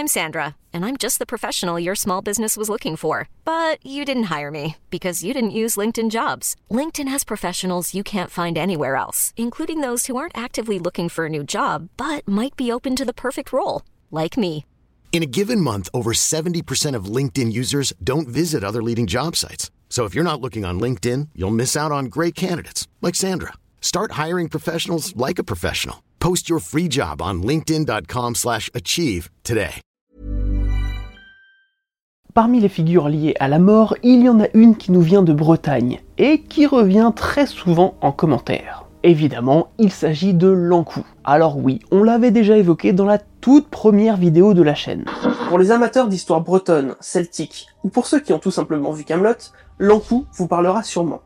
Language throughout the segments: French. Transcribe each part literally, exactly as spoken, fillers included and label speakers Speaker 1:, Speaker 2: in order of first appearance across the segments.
Speaker 1: I'm Sandra, and I'm just the professional your small business was looking for. But you didn't hire me, because you didn't use LinkedIn Jobs. LinkedIn has professionals you can't find anywhere else, including those who aren't actively looking for a new job, but might be open to the perfect role, like me.
Speaker 2: In a given month, over seventy percent of LinkedIn users don't visit other leading job sites. So if you're not looking on LinkedIn, you'll miss out on great candidates, like Sandra. Start hiring professionals like a professional. Post your free job on linkedin dot com slash achieve today.
Speaker 3: Parmi les figures liées à la mort, il y en a une qui nous vient de Bretagne et qui revient très souvent en commentaire. Évidemment, il s'agit de l'Ankou. Alors oui, on l'avait déjà évoqué dans la toute première vidéo de la chaîne. Pour les amateurs d'histoire bretonne, celtique, ou pour ceux qui ont tout simplement vu Kaamelott, l'Ankou vous parlera sûrement.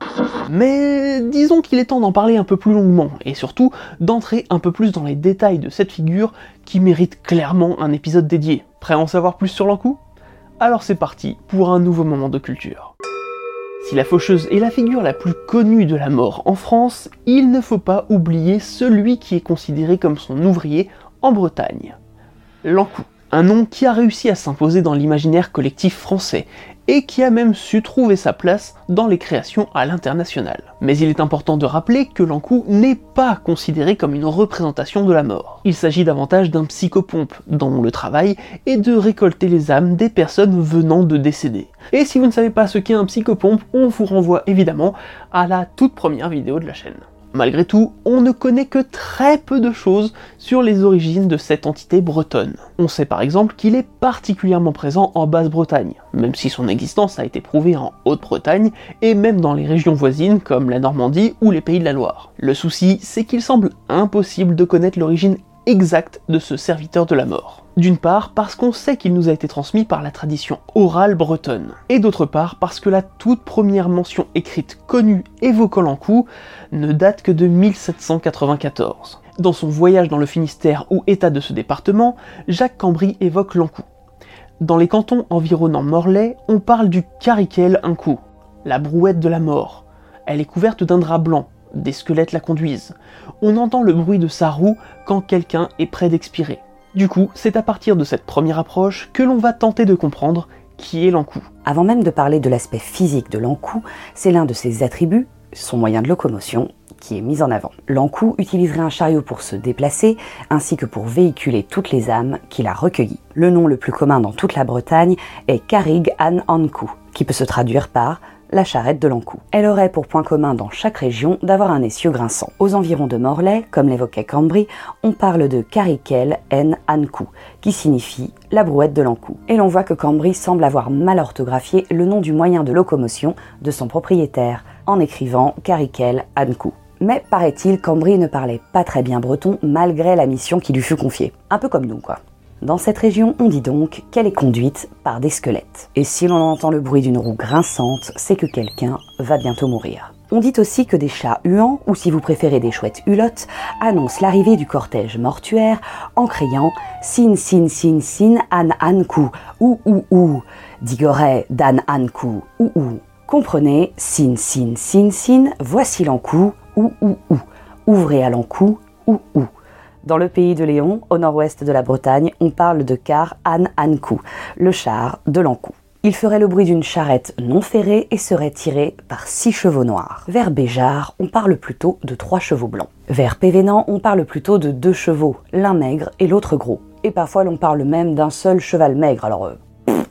Speaker 3: Mais disons qu'il est temps d'en parler un peu plus longuement, et surtout d'entrer un peu plus dans les détails de cette figure qui mérite clairement un épisode dédié. Prêt à en savoir plus sur l'Ankou ? Alors c'est parti pour un nouveau moment de culture. Si la faucheuse est la figure la plus connue de la mort en France, il ne faut pas oublier celui qui est considéré comme son ouvrier en Bretagne. L'Ankou, un nom qui a réussi à s'imposer dans l'imaginaire collectif français et qui a même su trouver sa place dans les créations à l'international. Mais il est important de rappeler que l'Ankou n'est pas considéré comme une représentation de la mort. Il s'agit davantage d'un psychopompe dont le travail est de récolter les âmes des personnes venant de décéder. Et si vous ne savez pas ce qu'est un psychopompe, on vous renvoie évidemment à la toute première vidéo de la chaîne. Malgré tout, on ne connaît que très peu de choses sur les origines de cette entité bretonne. On sait par exemple qu'il est particulièrement présent en Basse-Bretagne, même si son existence a été prouvée en Haute-Bretagne et même dans les régions voisines comme la Normandie ou les Pays de la Loire. Le souci, c'est qu'il semble impossible de connaître l'origine exacte de ce serviteur de la mort. D'une part parce qu'on sait qu'il nous a été transmis par la tradition orale bretonne, et d'autre part parce que la toute première mention écrite connue évoquant l'Ankou ne date que de mille sept cent quatre-vingt-quatorze. Dans son voyage dans le Finistère ou état de ce département, Jacques Cambry évoque l'Ankou. Dans les cantons environnant Morlaix, on parle du cariquel Ankou, la brouette de la mort. Elle est couverte d'un drap blanc, des squelettes la conduisent. On entend le bruit de sa roue quand quelqu'un est près d'expirer. Du coup, c'est à partir de cette première approche que l'on va tenter de comprendre qui est l'Ankou.
Speaker 4: Avant même de parler de l'aspect physique de l'Ankou, c'est l'un de ses attributs, son moyen de locomotion, qui est mis en avant. L'Ankou utiliserait un chariot pour se déplacer, ainsi que pour véhiculer toutes les âmes qu'il a recueillies. Le nom le plus commun dans toute la Bretagne est Carrig an Ankou, qui peut se traduire par la charrette de l'Ankou. Elle aurait pour point commun dans chaque région d'avoir un essieu grinçant. Aux environs de Morlaix, comme l'évoquait Cambry, on parle de Cariquel en Ankou, qui signifie la brouette de l'Ankou. Et l'on voit que Cambry semble avoir mal orthographié le nom du moyen de locomotion de son propriétaire, en écrivant Cariquel Ankou. Mais paraît-il, Cambry ne parlait pas très bien breton malgré la mission qui lui fut confiée. Un peu comme nous, quoi. Dans cette région, on dit donc qu'elle est conduite par des squelettes. Et si l'on entend le bruit d'une roue grinçante, c'est que quelqu'un va bientôt mourir. On dit aussi que des chats huants, ou si vous préférez des chouettes hulottes, annoncent l'arrivée du cortège mortuaire en criant « Sin, sin, sin, sin, an, ankou, ou, ou, ou, digoret, dan, ankou, ou, ou ». Comprenez, sin, sin, sin, sin, voici l'Ankou, ou, ou, ou, ouvrez à l'Ankou, ou, ou. Dans le pays de Léon, au nord-ouest de la Bretagne, on parle de car an Ankou, le char de l'Ankou. Il ferait le bruit d'une charrette non ferrée et serait tiré par six chevaux noirs. Vers Béjart, on parle plutôt de trois chevaux blancs. Vers Pévénan, on parle plutôt de deux chevaux, l'un maigre et l'autre gros. Et parfois l'on parle même d'un seul cheval maigre, alors... Euh,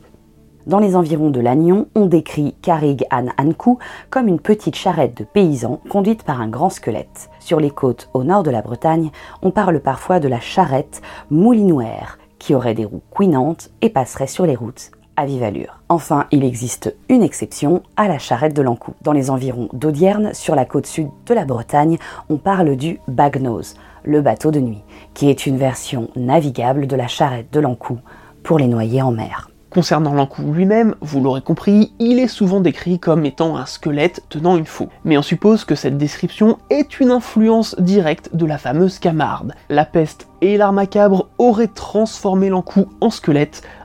Speaker 4: Dans les environs de Lannion, on décrit Carrig an Ankou comme une petite charrette de paysans conduite par un grand squelette. Sur les côtes au nord de la Bretagne, on parle parfois de la charrette moulinouère, qui aurait des roues couinantes et passerait sur les routes à vive allure. Enfin, il existe une exception à la charrette de l'Ankou. Dans les environs d'Audierne, sur la côte sud de la Bretagne, on parle du bagnose, le bateau de nuit, qui est une version navigable de la charrette de l'Ankou pour les noyer en mer.
Speaker 3: Concernant l'Ankou lui-même, vous l'aurez compris, il est souvent décrit comme étant un squelette tenant une faux. Mais on suppose que cette description est une influence directe de la fameuse Camarde. La peste et l'art macabre auraient transformé l'Ankou en squelette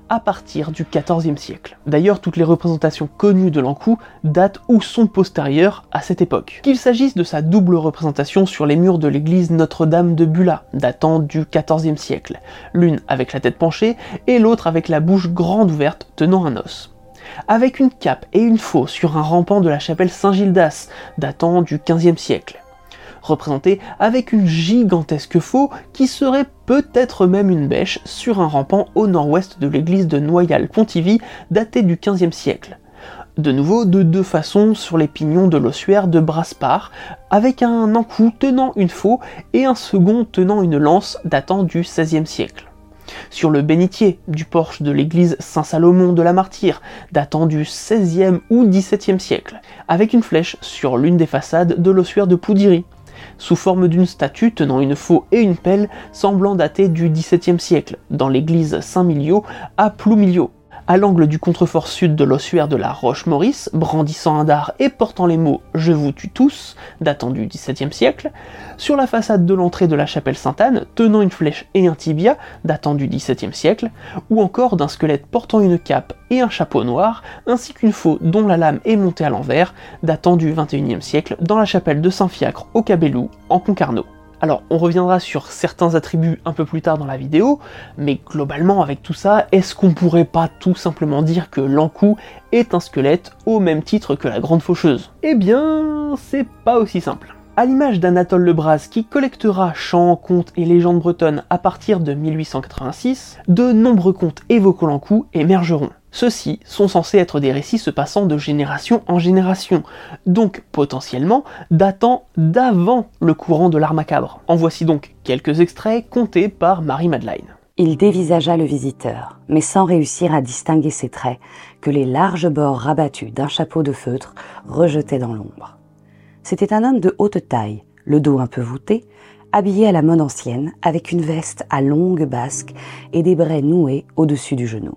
Speaker 3: à partir du quatorzième siècle. D'ailleurs, toutes les représentations connues de l'Ankou datent ou sont postérieures à cette époque. Qu'il s'agisse de sa double représentation sur les murs de l'église Notre-Dame de Bula, datant du quatorzième siècle, l'une avec la tête penchée et l'autre avec la bouche grande ouverte tenant un os. Avec une cape et une faux sur un rampant de la chapelle Saint-Gildas, datant du quinzième siècle. Représenté avec une gigantesque faux qui serait peut-être même une bêche sur un rampant au nord-ouest de l'église de Noyal-Pontivy datée du quinzième siècle. De nouveau de deux façons sur les pignons de l'ossuaire de Brasparts, avec un Ankou tenant une faux et un second tenant une lance datant du seizième siècle. Sur le bénitier du porche de l'église Saint-Salomon de la Martyre, datant du seizième ou dix-septième siècle, avec une flèche sur l'une des façades de l'ossuaire de Poudiri, sous forme d'une statue tenant une faux et une pelle semblant dater du dix-septième siècle, dans l'église Saint-Miliau à Ploumiliau, à l'angle du contrefort sud de l'ossuaire de la Roche-Maurice, brandissant un dard et portant les mots « Je vous tue tous », datant du dix-septième siècle, sur la façade de l'entrée de la chapelle Sainte-Anne, tenant une flèche et un tibia, datant du dix-septième siècle, ou encore d'un squelette portant une cape et un chapeau noir, ainsi qu'une faux dont la lame est montée à l'envers, datant du vingt et unième siècle, dans la chapelle de Saint-Fiacre au Cabellou, en Concarneau. Alors, on reviendra sur certains attributs un peu plus tard dans la vidéo, mais globalement, avec tout ça, est-ce qu'on pourrait pas tout simplement dire que l'Ankou est un squelette au même titre que la Grande Faucheuse? Eh bien, c'est pas aussi simple. À l'image d'Anatole Lebras qui collectera chants, contes et légendes bretonnes à partir de mille huit cent quatre-vingt-six, de nombreux contes évoquant l'Ankou émergeront. Ceux-ci sont censés être des récits se passant de génération en génération, donc potentiellement datant d'avant le courant de l'art macabre. En voici donc quelques extraits contés par Marie-Madeleine.
Speaker 4: Il dévisagea le visiteur, mais sans réussir à distinguer ses traits, que les larges bords rabattus d'un chapeau de feutre rejetaient dans l'ombre. C'était un homme de haute taille, le dos un peu voûté, habillé à la mode ancienne, avec une veste à longues basques et des braies noués au-dessus du genou.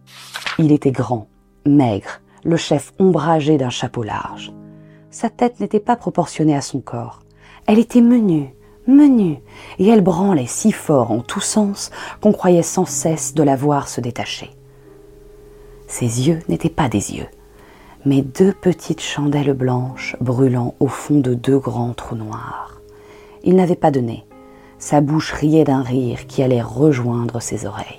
Speaker 4: Il était grand, maigre, le chef ombragé d'un chapeau large. Sa tête n'était pas proportionnée à son corps. Elle était menue, menue, et elle branlait si fort en tous sens qu'on croyait sans cesse de la voir se détacher. Ses yeux n'étaient pas des yeux, mais deux petites chandelles blanches brûlant au fond de deux grands trous noirs. Il n'avait pas de nez. Sa bouche riait d'un rire qui allait rejoindre ses oreilles.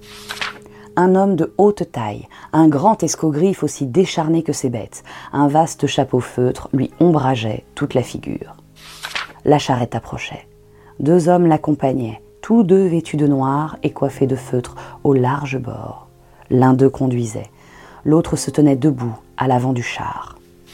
Speaker 4: Un homme de haute taille, un grand escogriffe aussi décharné que ses bêtes, un vaste chapeau feutre lui ombrageait toute la figure. La charrette approchait. Deux hommes l'accompagnaient, tous deux vêtus de noir et coiffés de feutre au large bord. L'un d'eux conduisait, l'autre se tenait debout à l'avant du char.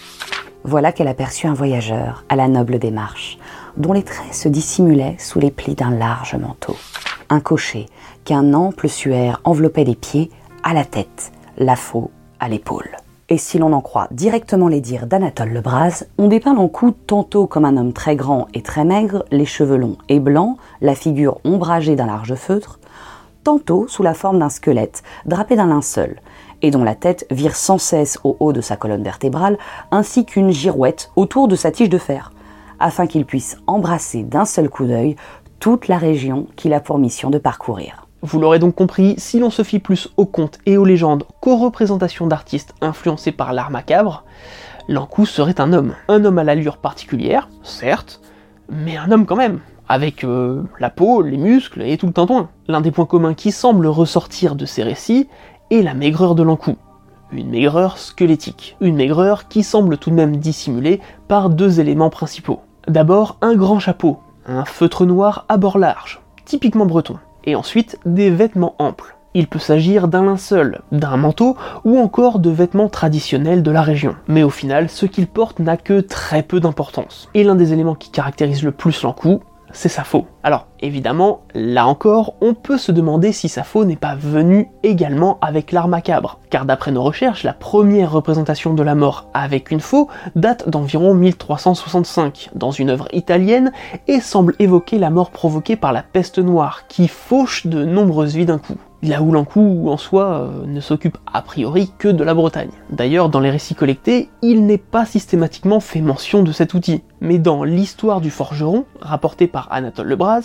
Speaker 4: Voilà qu'elle aperçut un voyageur à la noble démarche, dont les traits se dissimulaient sous les plis d'un large manteau. Un cocher qu'un ample suaire enveloppait des pieds à la tête, la faux à l'épaule. Et si l'on en croit directement les dires d'Anatole Lebras, on dépeint l'Ankou tantôt comme un homme très grand et très maigre, les cheveux longs et blancs, la figure ombragée d'un large feutre, tantôt sous la forme d'un squelette drapé d'un linceul, et dont la tête vire sans cesse au haut de sa colonne vertébrale, ainsi qu'une girouette autour de sa tige de fer, afin qu'il puisse embrasser d'un seul coup d'œil toute la région qu'il a pour mission de parcourir.
Speaker 3: Vous l'aurez donc compris, si l'on se fie plus aux contes et aux légendes qu'aux représentations d'artistes influencés par l'art macabre, l'Ankou serait un homme. Un homme à l'allure particulière, certes, mais un homme quand même, avec euh, la peau, les muscles et tout le tintouin. L'un des points communs qui semble ressortir de ces récits est la maigreur de l'Ankou. Une maigreur squelettique, une maigreur qui semble tout de même dissimulée par deux éléments principaux. D'abord, un grand chapeau, un feutre noir à bord large, typiquement breton, et ensuite des vêtements amples. Il peut s'agir d'un linceul, d'un manteau ou encore de vêtements traditionnels de la région. Mais au final, ce qu'il porte n'a que très peu d'importance. Et l'un des éléments qui caractérise le plus l'Ankou, c'est sa faux. Alors évidemment, là encore, on peut se demander si sa faux n'est pas venue également avec l'art macabre, car d'après nos recherches, la première représentation de la mort avec une faux date d'environ mille trois cent soixante-cinq, dans une œuvre italienne, et semble évoquer la mort provoquée par la peste noire, qui fauche de nombreuses vies d'un coup. Là où l'Ankou, en soi, euh, ne s'occupe a priori que de la Bretagne. D'ailleurs, dans les récits collectés, il n'est pas systématiquement fait mention de cet outil. Mais dans l'histoire du forgeron, rapporté par Anatole Lebras,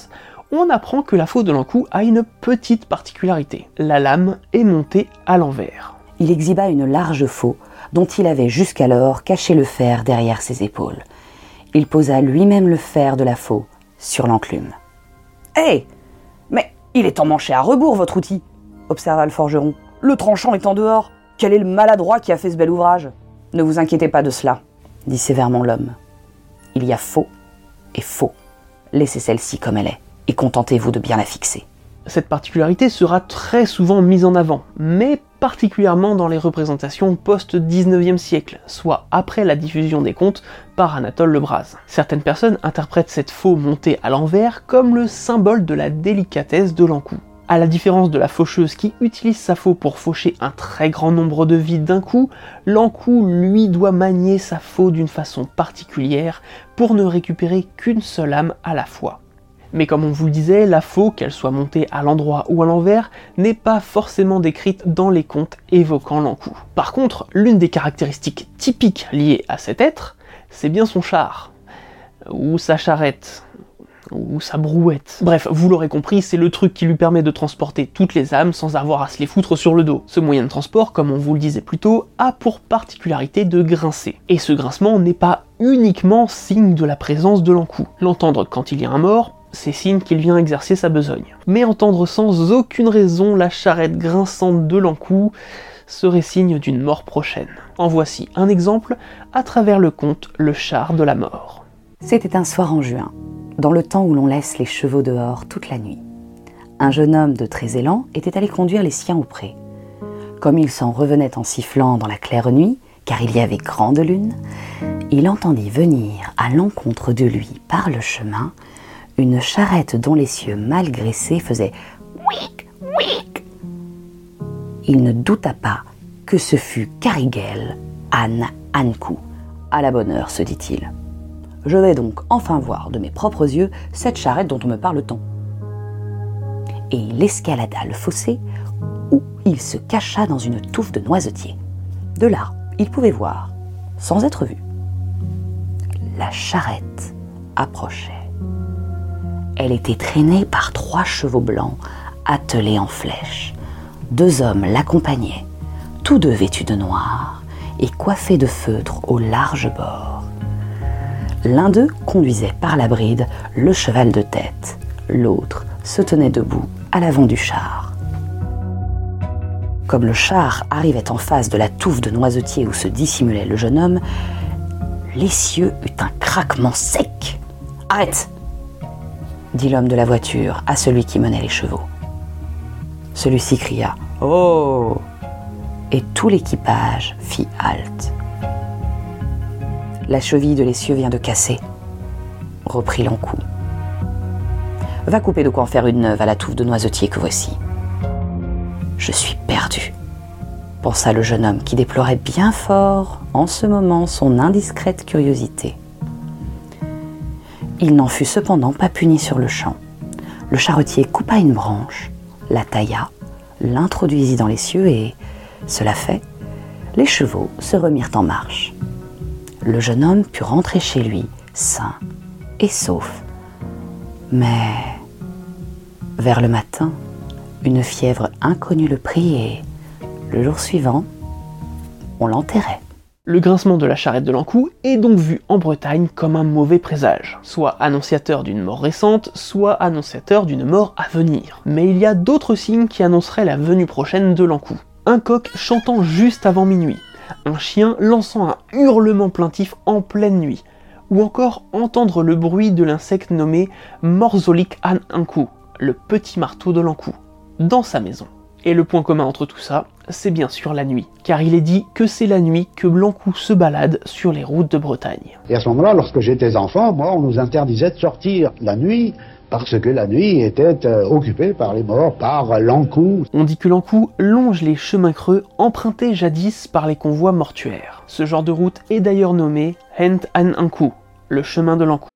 Speaker 3: on apprend que la faux de l'Ankou a une petite particularité. La lame est montée à l'envers.
Speaker 4: Il exhiba une large faux dont il avait jusqu'alors caché le fer derrière ses épaules. Il posa lui-même le fer de la faux sur l'enclume. « Hé hey, mais il est emmanché à rebours, votre outil !» observa le forgeron. « Le tranchant est en dehors. Quel est le maladroit qui a fait ce bel ouvrage ?»« Ne vous inquiétez pas de cela, » dit sévèrement l'homme. « Il y a faux et faux. Laissez celle-ci comme elle est et contentez-vous de bien la fixer. »
Speaker 3: Cette particularité sera très souvent mise en avant, mais particulièrement dans les représentations post-dix-neuvième siècle, soit après la diffusion des contes par Anatole Le Braz. Certaines personnes interprètent cette faux montée à l'envers comme le symbole de la délicatesse de l'Ankou. À la différence de la faucheuse qui utilise sa faux pour faucher un très grand nombre de vies d'un coup, l'Ankou, lui, doit manier sa faux d'une façon particulière pour ne récupérer qu'une seule âme à la fois. Mais comme on vous le disait, la faux, qu'elle soit montée à l'endroit ou à l'envers, n'est pas forcément décrite dans les contes évoquant l'Ankou. Par contre, l'une des caractéristiques typiques liées à cet être, c'est bien son char, ou sa charrette, ou sa brouette. Bref, vous l'aurez compris, c'est le truc qui lui permet de transporter toutes les âmes sans avoir à se les foutre sur le dos. Ce moyen de transport, comme on vous le disait plus tôt, a pour particularité de grincer. Et ce grincement n'est pas uniquement signe de la présence de l'Ankou. L'entendre quand il y a un mort, c'est signe qu'il vient exercer sa besogne. Mais entendre sans aucune raison la charrette grinçante de l'Ankou serait signe d'une mort prochaine. En voici un exemple à travers le conte Le char de la mort.
Speaker 4: C'était un soir en juin, dans le temps où l'on laisse les chevaux dehors toute la nuit. Un jeune homme de très élan était allé conduire les siens au pré. Comme il s'en revenait en sifflant dans la claire nuit, car il y avait grande lune, il entendit venir à l'encontre de lui par le chemin une charrette dont les cieux mal graissés faisaient « ouic, ouic ». Il ne douta pas que ce fût Carigel, Anne Ankou. À la bonne heure, se dit-il. Je vais donc enfin voir de mes propres yeux cette charrette dont on me parle tant. Et il escalada le fossé où il se cacha dans une touffe de noisetiers. De là, il pouvait voir, sans être vu. La charrette approchait. Elle était traînée par trois chevaux blancs, attelés en flèche. Deux hommes l'accompagnaient, tous deux vêtus de noir et coiffés de feutre au large bord. L'un d'eux conduisait par la bride le cheval de tête, l'autre se tenait debout à l'avant du char. Comme le char arrivait en face de la touffe de noisetiers où se dissimulait le jeune homme, l'essieu eut un craquement sec. « Arrête !» dit l'homme de la voiture à celui qui menait les chevaux. Celui-ci cria « Oh !» et tout l'équipage fit halte. « La cheville de l'essieu vient de casser, » reprit l'Ankou. « Va couper de quoi en faire une neuve à la touffe de noisetier que voici. »« Je suis perdu, » pensa le jeune homme qui déplorait bien fort en ce moment son indiscrète curiosité. Il n'en fut cependant pas puni sur le champ. Le charretier coupa une branche, la tailla, l'introduisit dans les cieux et, cela fait, les chevaux se remirent en marche. Le jeune homme put rentrer chez lui, sain et sauf. Mais, vers le matin, une fièvre inconnue le prit et, le jour suivant, on l'enterrait.
Speaker 3: Le grincement de la charrette de l'Ankou est donc vu en Bretagne comme un mauvais présage, soit annonciateur d'une mort récente, soit annonciateur d'une mort à venir. Mais il y a d'autres signes qui annonceraient la venue prochaine de l'Ankou. Un coq chantant juste avant minuit, un chien lançant un hurlement plaintif en pleine nuit, ou encore entendre le bruit de l'insecte nommé Morzolik an Ankou, le petit marteau de l'Ankou, dans sa maison. Et le point commun entre tout ça, c'est bien sûr la nuit, car il est dit que c'est la nuit que l'Ankou se balade sur les routes de Bretagne.
Speaker 5: Et à ce moment-là, lorsque j'étais enfant, moi, on nous interdisait de sortir la nuit, parce que la nuit était euh, occupée par les morts, par l'Ankou.
Speaker 3: On dit que l'Ankou longe les chemins creux empruntés jadis par les convois mortuaires. Ce genre de route est d'ailleurs nommé Hent an Ankou, le chemin de l'Ankou.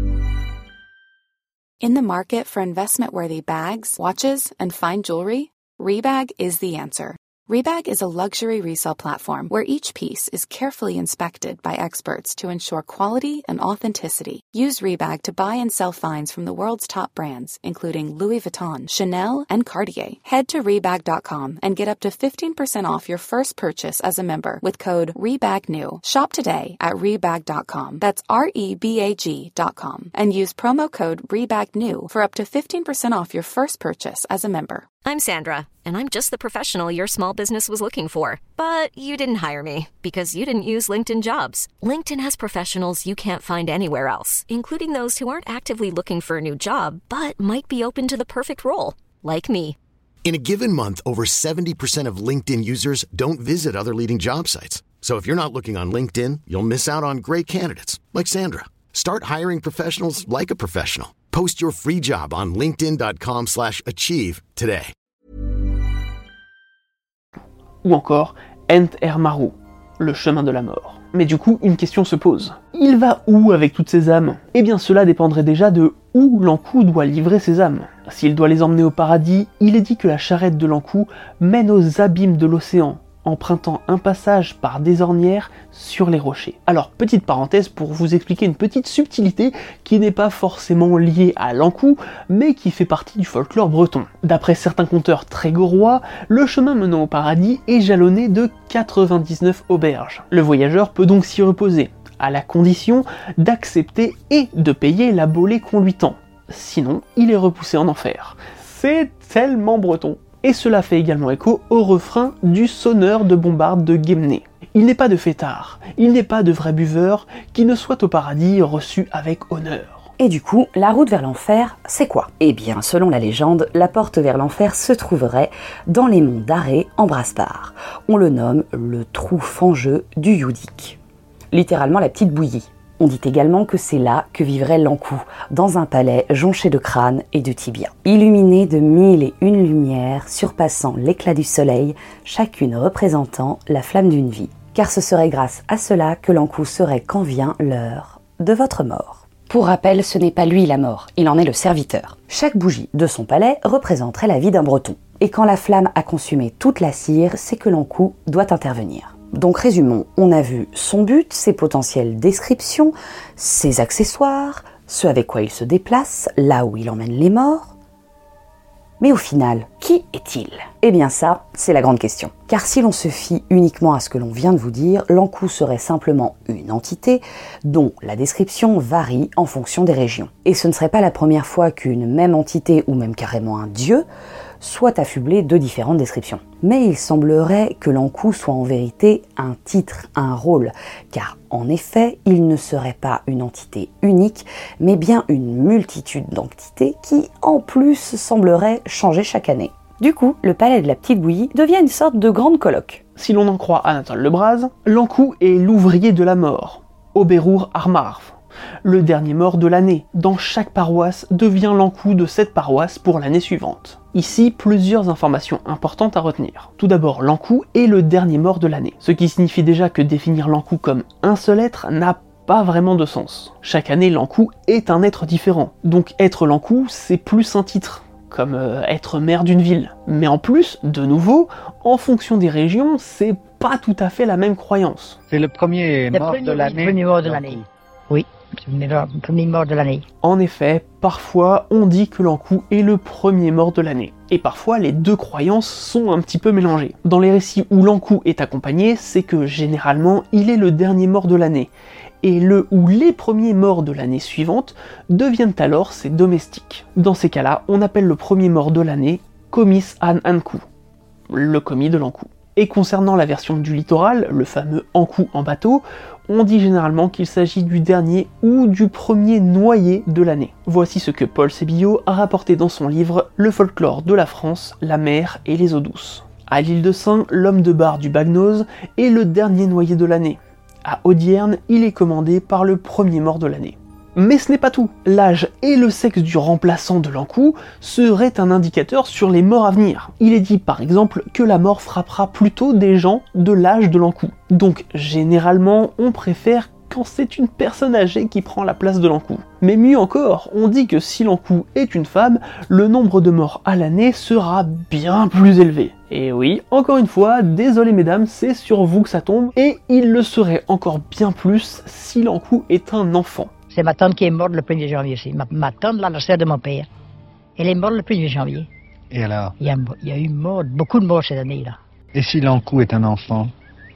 Speaker 6: In the market for investment-worthy bags, watches, and fine jewelry, Rebag is the answer. Rebag is a luxury resale platform where each piece is carefully inspected by experts to ensure quality and authenticity. Use Rebag to buy and sell finds from the world's top brands, including Louis Vuitton, Chanel, and Cartier. Head to Rebag dot com and get up to fifteen percent off your first purchase as a member with code REBAGNEW. Shop today at Rebag dot com. That's R E B A G dot com. And use promo code REBAGNEW for up to fifteen percent off your first purchase as a member.
Speaker 1: I'm Sandra, and I'm just the professional your small business was looking for. But you didn't hire me because you didn't use LinkedIn Jobs. LinkedIn has professionals you can't find anywhere else, including those who aren't actively looking for a new job, but might be open to the perfect role, like me.
Speaker 2: In a given month, over seventy percent of LinkedIn users don't visit other leading job sites. So if you're not looking on LinkedIn, you'll miss out on great candidates like Sandra. Start hiring professionals like a professional. Post your free job on linkedin dot com slash achieve today.
Speaker 3: Ou encore Ent Er Maru, le chemin de la mort. Mais du coup, une question se pose. Il va où avec toutes ces âmes ? Eh bien cela dépendrait déjà de où l'Ankou doit livrer ses âmes. S'il doit les emmener au paradis, il est dit que la charrette de l'Ankou mène aux abîmes de l'océan, empruntant un passage par des ornières sur les rochers. Alors, petite parenthèse pour vous expliquer une petite subtilité qui n'est pas forcément liée à l'Ankou, mais qui fait partie du folklore breton. D'après certains conteurs trégorois, le chemin menant au paradis est jalonné de quatre-vingt-dix-neuf auberges. Le voyageur peut donc s'y reposer, à la condition d'accepter et de payer la bolée qu'on lui tend. Sinon, il est repoussé en enfer. C'est tellement breton. Et cela fait également écho au refrain du sonneur de bombarde de Guémené. Il n'est pas de fêtard, il n'est pas de vrai buveur qui ne soit au paradis reçu avec honneur.
Speaker 4: Et du coup, la route vers l'enfer, c'est quoi ? Eh bien, selon la légende, la porte vers l'enfer se trouverait dans les monts d'Arrée en Braspar. On le nomme le trou fangeux du Youdik. Littéralement la petite bouillie. On dit également que c'est là que vivrait l'Ankou, dans un palais jonché de crânes et de tibias. Illuminé de mille et une lumières surpassant l'éclat du soleil, chacune représentant la flamme d'une vie. Car ce serait grâce à cela que l'Ankou saurait quand vient l'heure de votre mort. Pour rappel, ce n'est pas lui la mort, il en est le serviteur. Chaque bougie de son palais représenterait la vie d'un breton. Et quand la flamme a consumé toute la cire, c'est que l'Ankou doit intervenir. Donc résumons, on a vu son but, ses potentielles descriptions, ses accessoires, ce avec quoi il se déplace, là où il emmène les morts. Mais au final, qui est-il ? Eh bien ça, c'est la grande question. Car si l'on se fie uniquement à ce que l'on vient de vous dire, l'Ankou serait simplement une entité dont la description varie en fonction des régions. Et ce ne serait pas la première fois qu'une même entité, ou même carrément un dieu, soit affublé de différentes descriptions. Mais il semblerait que l'Ankou soit en vérité un titre, un rôle, car en effet, il ne serait pas une entité unique, mais bien une multitude d'entités qui, en plus, semblerait changer chaque année. Du coup, le palais de la petite bouillie devient une sorte de grande colloque.
Speaker 3: Si l'on en croit Anatole Lebras, l'Ankou est l'ouvrier de la mort, Oberur Armarv, le dernier mort de l'année. Dans chaque paroisse devient l'Ankou de cette paroisse pour l'année suivante. Ici, plusieurs informations importantes à retenir. Tout d'abord, l'Ankou est le dernier mort de l'année, ce qui signifie déjà que définir l'Ankou comme un seul être n'a pas vraiment de sens. Chaque année, l'Ankou est un être différent, donc être l'Ankou, c'est plus un titre, comme euh, être maire d'une ville. Mais en plus, de nouveau, en fonction des régions, c'est pas tout à fait la même croyance.
Speaker 7: C'est le premier mort de l'année.
Speaker 8: Le premier mort de l'année. Oui, c'est le premier mort de l'année.
Speaker 3: En effet, parfois on dit que l'Ankou est le premier mort de l'année. Et parfois les deux croyances sont un petit peu mélangées. Dans les récits où l'Ankou est accompagné, c'est que généralement il est le dernier mort de l'année. Et le ou les premiers morts de l'année suivante deviennent alors ses domestiques. Dans ces cas-là, on appelle le premier mort de l'année Commis an Ankou, le commis de l'Ankou. Et concernant la version du littoral, le fameux Ankou en bateau, on dit généralement qu'il s'agit du dernier ou du premier noyé de l'année. Voici ce que Paul Sébillot a rapporté dans son livre Le folklore de la France, la mer et les eaux douces. À l'île de Sein, l'homme de bar du Bagnose est le dernier noyé de l'année. À Audierne, il est commandé par le premier mort de l'année. Mais ce n'est pas tout. L'âge et le sexe du remplaçant de l'Ankou seraient un indicateur sur les morts à venir. Il est dit par exemple que la mort frappera plutôt des gens de l'âge de l'Ankou. Donc généralement, on préfère quand c'est une personne âgée qui prend la place de l'Ankou. Mais mieux encore, on dit que si l'Ankou est une femme, le nombre de morts à l'année sera bien plus élevé. Et oui, encore une fois, désolé mesdames, c'est sur vous que ça tombe, et il le serait encore bien plus si l'Ankou est un enfant.
Speaker 8: C'est ma tante qui est morte le premier janvier aussi. Ma, ma tante, la sœur de mon père. Elle est morte le premier janvier.
Speaker 7: Et alors?
Speaker 8: Il y a, il y a eu mort, beaucoup de morts cette année-là.
Speaker 7: Et si l'Ankou est un enfant?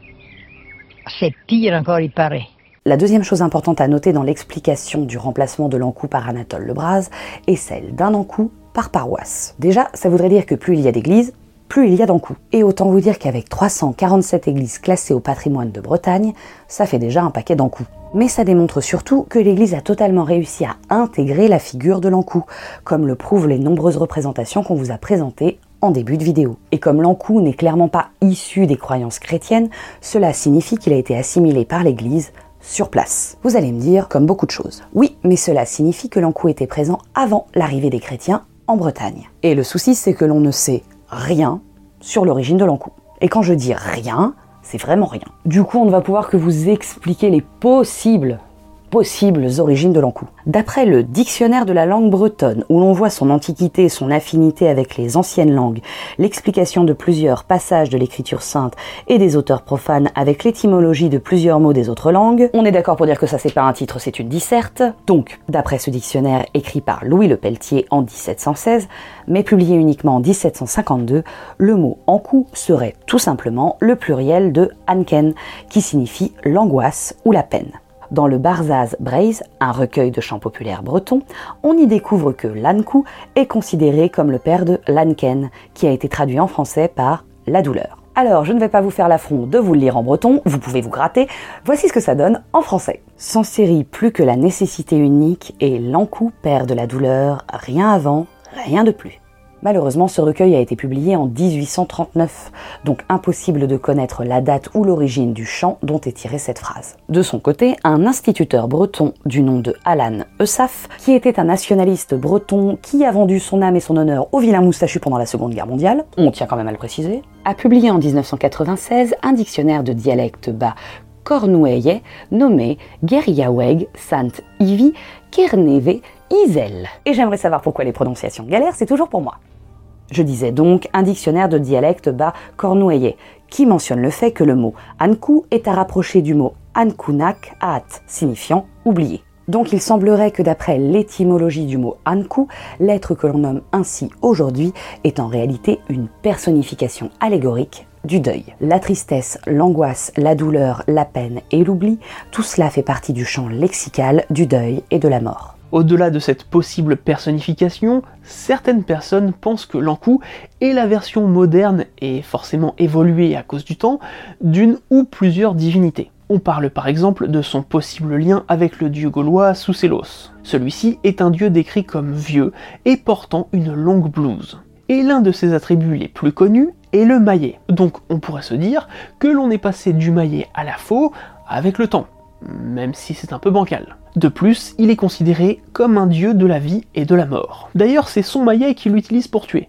Speaker 8: C'est pire encore, il paraît.
Speaker 4: La deuxième chose importante à noter dans l'explication du remplacement de l'Ankou par Anatole Le Braz est celle d'un Ankou par paroisse. Déjà, ça voudrait dire que plus il y a d'églises, plus il y a d'Ankou. Et autant vous dire qu'avec trois cent quarante-sept églises classées au patrimoine de Bretagne, ça fait déjà un paquet d'Ankou. Mais ça démontre surtout que l'Église a totalement réussi à intégrer la figure de l'Ankou, comme le prouvent les nombreuses représentations qu'on vous a présentées en début de vidéo. Et comme l'Ankou n'est clairement pas issu des croyances chrétiennes, cela signifie qu'il a été assimilé par l'Église sur place. Vous allez me dire, comme beaucoup de choses. Oui, mais cela signifie que l'Ankou était présent avant l'arrivée des chrétiens en Bretagne. Et le souci, c'est que l'on ne sait rien sur l'origine de l'Ankou. Et quand je dis rien, c'est vraiment rien. Du coup, on ne va pouvoir que vous expliquer les possibles, possibles origines de l'Ankou. D'après le dictionnaire de la langue bretonne, où l'on voit son antiquité et son affinité avec les anciennes langues, l'explication de plusieurs passages de l'écriture sainte et des auteurs profanes avec l'étymologie de plusieurs mots des autres langues, on est d'accord pour dire que ça c'est pas un titre, c'est une disserte. Donc, d'après ce dictionnaire écrit par Louis Le Pelletier en dix-sept cent seize, mais publié uniquement en dix-sept cent cinquante-deux, le mot Ankou serait tout simplement le pluriel de Anken, qui signifie l'angoisse ou la peine. Dans le Barzaz Braise, un recueil de chants populaires bretons, on y découvre que l'Ankou est considéré comme le père de l'Anken, qui a été traduit en français par la douleur. Alors, je ne vais pas vous faire l'affront de vous le lire en breton, vous pouvez vous gratter, voici ce que ça donne en français. Sans série plus que la nécessité unique et l'Ankou, père de la douleur, rien avant, rien de plus. Malheureusement, ce recueil a été publié en dix-huit cent trente-neuf, donc impossible de connaître la date ou l'origine du chant dont est tirée cette phrase. De son côté, un instituteur breton du nom de Alan Eusaf, qui était un nationaliste breton qui a vendu son âme et son honneur au vilain moustachu pendant la Seconde Guerre mondiale, on tient quand même à le préciser, a publié en dix-neuf cent quatre-vingt-seize un dictionnaire de dialectes bas cornouaillais nommé Geriaweg Sant Ivi Kerneve Isel. Et j'aimerais savoir pourquoi les prononciations galères, c'est toujours pour moi. Je disais donc un dictionnaire de dialectes bas cornouaillais, qui mentionne le fait que le mot Ankou est à rapprocher du mot Ankunak At, signifiant oublié. Donc il semblerait que d'après l'étymologie du mot Ankou, l'être que l'on nomme ainsi aujourd'hui est en réalité une personnification allégorique du deuil. La tristesse, l'angoisse, la douleur, la peine et l'oubli, tout cela fait partie du champ lexical du deuil et de la mort.
Speaker 3: Au-delà de cette possible personnification, certaines personnes pensent que l'Ankou est la version moderne et forcément évoluée à cause du temps d'une ou plusieurs divinités. On parle par exemple de son possible lien avec le dieu gaulois Sousélos. Celui-ci est un dieu décrit comme vieux et portant une longue blouse. Et l'un de ses attributs les plus connus est le maillet. Donc on pourrait se dire que l'on est passé du maillet à la faux avec le temps, même si c'est un peu bancal. De plus, il est considéré comme un dieu de la vie et de la mort. D'ailleurs, c'est son maillet qu'il utilise pour tuer,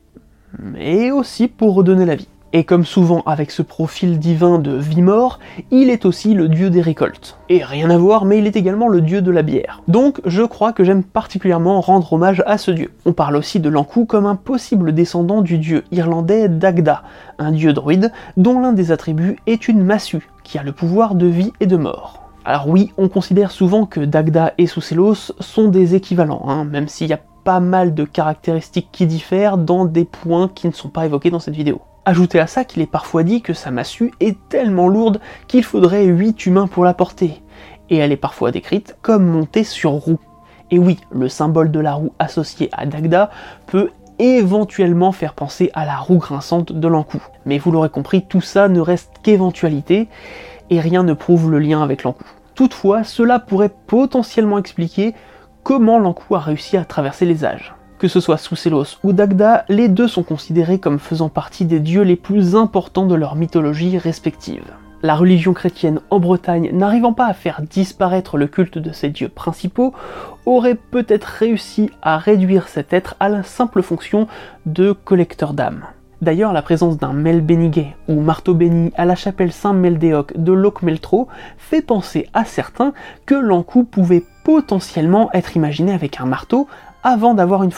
Speaker 3: mais aussi pour redonner la vie. Et comme souvent avec ce profil divin de vie-mort, il est aussi le dieu des récoltes. Et rien à voir, mais il est également le dieu de la bière. Donc je crois que j'aime particulièrement rendre hommage à ce dieu. On parle aussi de l'Ankou comme un possible descendant du dieu irlandais Dagda, un dieu druide dont l'un des attributs est une massue, qui a le pouvoir de vie et de mort. Alors oui, on considère souvent que Dagda et Sousélos sont des équivalents, hein, même s'il y a pas mal de caractéristiques qui diffèrent dans des points qui ne sont pas évoqués dans cette vidéo. Ajoutez à ça qu'il est parfois dit que sa massue est tellement lourde qu'il faudrait huit humains pour la porter, et elle est parfois décrite comme montée sur roue. Et oui, le symbole de la roue associé à Dagda peut éventuellement faire penser à la roue grinçante de l'Ankou. Mais vous l'aurez compris, tout ça ne reste qu'éventualité, et rien ne prouve le lien avec l'Ankou. Toutefois, cela pourrait potentiellement expliquer comment l'Ankou a réussi à traverser les âges. Que ce soit Sousélos ou Dagda, les deux sont considérés comme faisant partie des dieux les plus importants de leur mythologie respective. La religion chrétienne en Bretagne, n'arrivant pas à faire disparaître le culte de ses dieux principaux, aurait peut-être réussi à réduire cet être à la simple fonction de collecteur d'âmes. D'ailleurs, la présence d'un Mel Beniguet ou marteau béni à la chapelle Saint-Meldéoc de Locmeltro fait penser à certains que l'Ankou pouvait potentiellement être imaginé avec un marteau avant d'avoir une faux.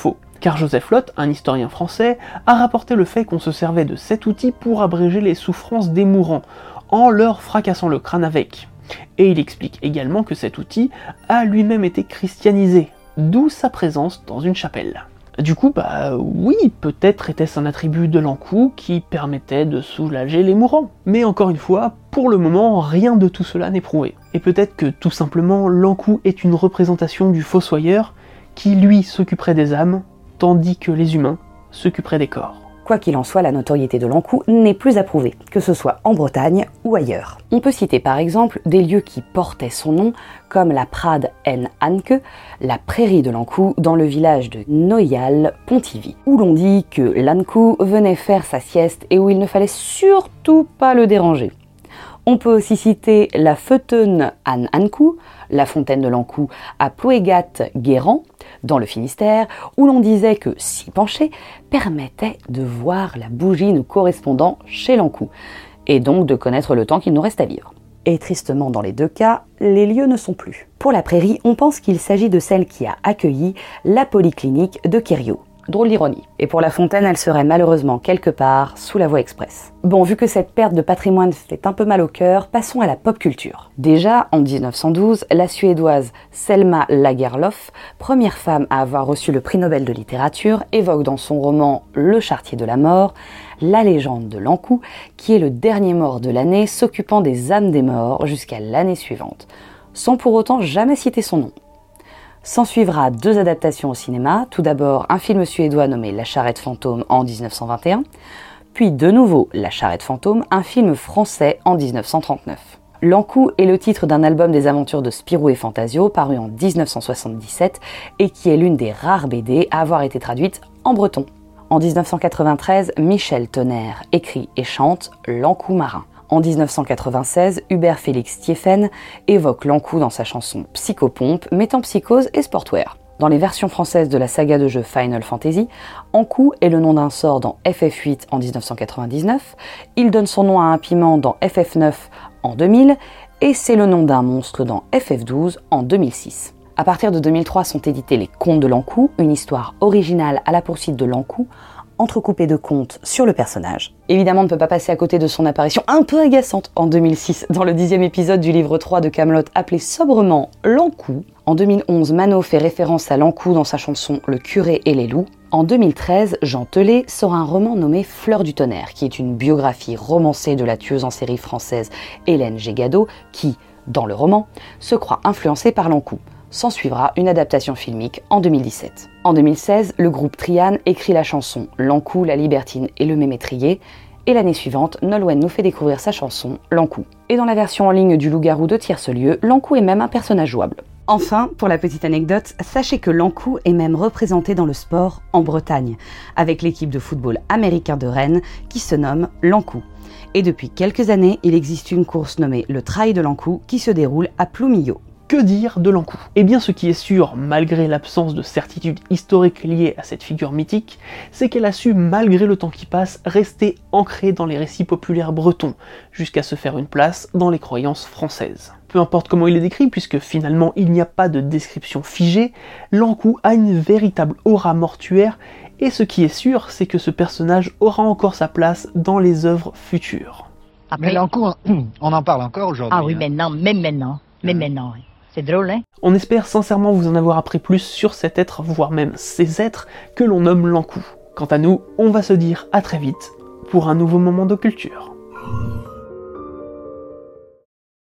Speaker 3: car Joseph Lotte, un historien français, a rapporté le fait qu'on se servait de cet outil pour abréger les souffrances des mourants, en leur fracassant le crâne avec. Et il explique également que cet outil a lui-même été christianisé, d'où sa présence dans une chapelle. Du coup, bah oui, peut-être était-ce un attribut de l'encou qui permettait de soulager les mourants. Mais encore une fois, pour le moment, rien de tout cela n'est prouvé. Et peut-être que tout simplement, l'encou est une représentation du fossoyeur qui, lui, s'occuperait des âmes, tandis que les humains s'occuperaient des corps.
Speaker 4: Quoi qu'il en soit, la notoriété de l'encou n'est plus à prouver, que ce soit en Bretagne ou ailleurs. On peut citer par exemple des lieux qui portaient son nom, comme la Prade en Anke, la prairie de l'encou dans le village de Noyal-Pontivy, où l'on dit que l'encou venait faire sa sieste et où il ne fallait surtout pas le déranger. On peut aussi citer la Feuten an Ankou, la fontaine de l'Encou à Plouégat-Guérand, dans le Finistère, où l'on disait que s'y pencher permettait de voir la bougie nous correspondant chez l'Encou, et donc de connaître le temps qu'il nous reste à vivre. Et tristement dans les deux cas, les lieux ne sont plus. Pour la prairie, on pense qu'il s'agit de celle qui a accueilli la polyclinique de Kériot. Drôle d'ironie. Et pour la fontaine, elle serait malheureusement quelque part sous la voie express. Bon, vu que cette perte de patrimoine fait un peu mal au cœur, passons à la pop culture. Déjà, en dix-neuf cent douze, la Suédoise Selma Lagerlöf, première femme à avoir reçu le prix Nobel de littérature, évoque dans son roman Le Charretier de la mort la légende de l'Encou, qui est le dernier mort de l'année s'occupant des âmes des morts jusqu'à l'année suivante, sans pour autant jamais citer son nom. S'en suivra deux adaptations au cinéma, tout d'abord un film suédois nommé La Charrette fantôme en dix-neuf cent vingt et un, puis de nouveau La Charrette fantôme, un film français en dix-neuf cent trente-neuf. L'Encou est le titre d'un album des aventures de Spirou et Fantasio paru en dix-neuf cent soixante-dix-sept et qui est l'une des rares B D à avoir été traduite en breton. En dix-neuf cent quatre-vingt-treize, Michel Tonnerre écrit et chante L'Encou marin. En dix-neuf cent quatre-vingt-seize, Hubert Félix Thieffen évoque l'Encou dans sa chanson Psychopompe, mettant psychose et sportwear. Dans les versions françaises de la saga de jeux Final Fantasy, Encou est le nom d'un sort dans F F huit en dix-neuf cent quatre-vingt-dix-neuf, il donne son nom à un piment dans F F neuf en deux mille, et c'est le nom d'un monstre dans F F douze en deux mille six. À partir de deux mille trois sont édités les Contes de l'Encou, une histoire originale à la poursuite de l'Encou, entrecoupé de contes sur le personnage. Évidemment, on ne peut pas passer à côté de son apparition un peu agaçante en deux mille six dans le dixième épisode du livre trois de Kaamelott appelé sobrement L'Encou. En deux mille onze, Mano fait référence à l'Encou dans sa chanson Le curé et les loups. En deux mille treize, Jean Telet sort un roman nommé Fleur du tonnerre, qui est une biographie romancée de la tueuse en série française Hélène Gégado, qui, dans le roman, se croit influencée par l'Encou. S'en suivra une adaptation filmique en deux mille dix-sept. En deux mille seize, le groupe Trian écrit la chanson L'Encou, la libertine et le mémétrier, et l'année suivante, Nolwenn nous fait découvrir sa chanson L'Encou. Et dans la version en ligne du Loup-garou de Tierce-Lieu, l'Encou est même un personnage jouable. Enfin, pour la petite anecdote, sachez que l'Encou est même représenté dans le sport en Bretagne, avec l'équipe de football américain de Rennes qui se nomme l'Encou. Et depuis quelques années, il existe une course nommée le Trail de l'Encou qui se déroule à Ploumillo.
Speaker 3: Que dire de l'Encou ? Eh bien, ce qui est sûr, malgré l'absence de certitude historique liée à cette figure mythique, c'est qu'elle a su, malgré le temps qui passe, rester ancrée dans les récits populaires bretons, jusqu'à se faire une place dans les croyances françaises. Peu importe comment il est décrit, puisque finalement il n'y a pas de description figée, l'Encou a une véritable aura mortuaire, et ce qui est sûr, c'est que ce personnage aura encore sa place dans les œuvres futures.
Speaker 7: Après... Mais l'Encou, on en parle encore aujourd'hui.
Speaker 8: Ah oui,
Speaker 7: hein.
Speaker 8: maintenant, même maintenant, même maintenant, oui. C'est drôle, hein ?
Speaker 3: On espère sincèrement vous en avoir appris plus sur cet être, voire même ces êtres, que l'on nomme l'Encou. Quant à nous, on va se dire à très vite pour un nouveau moment de culture.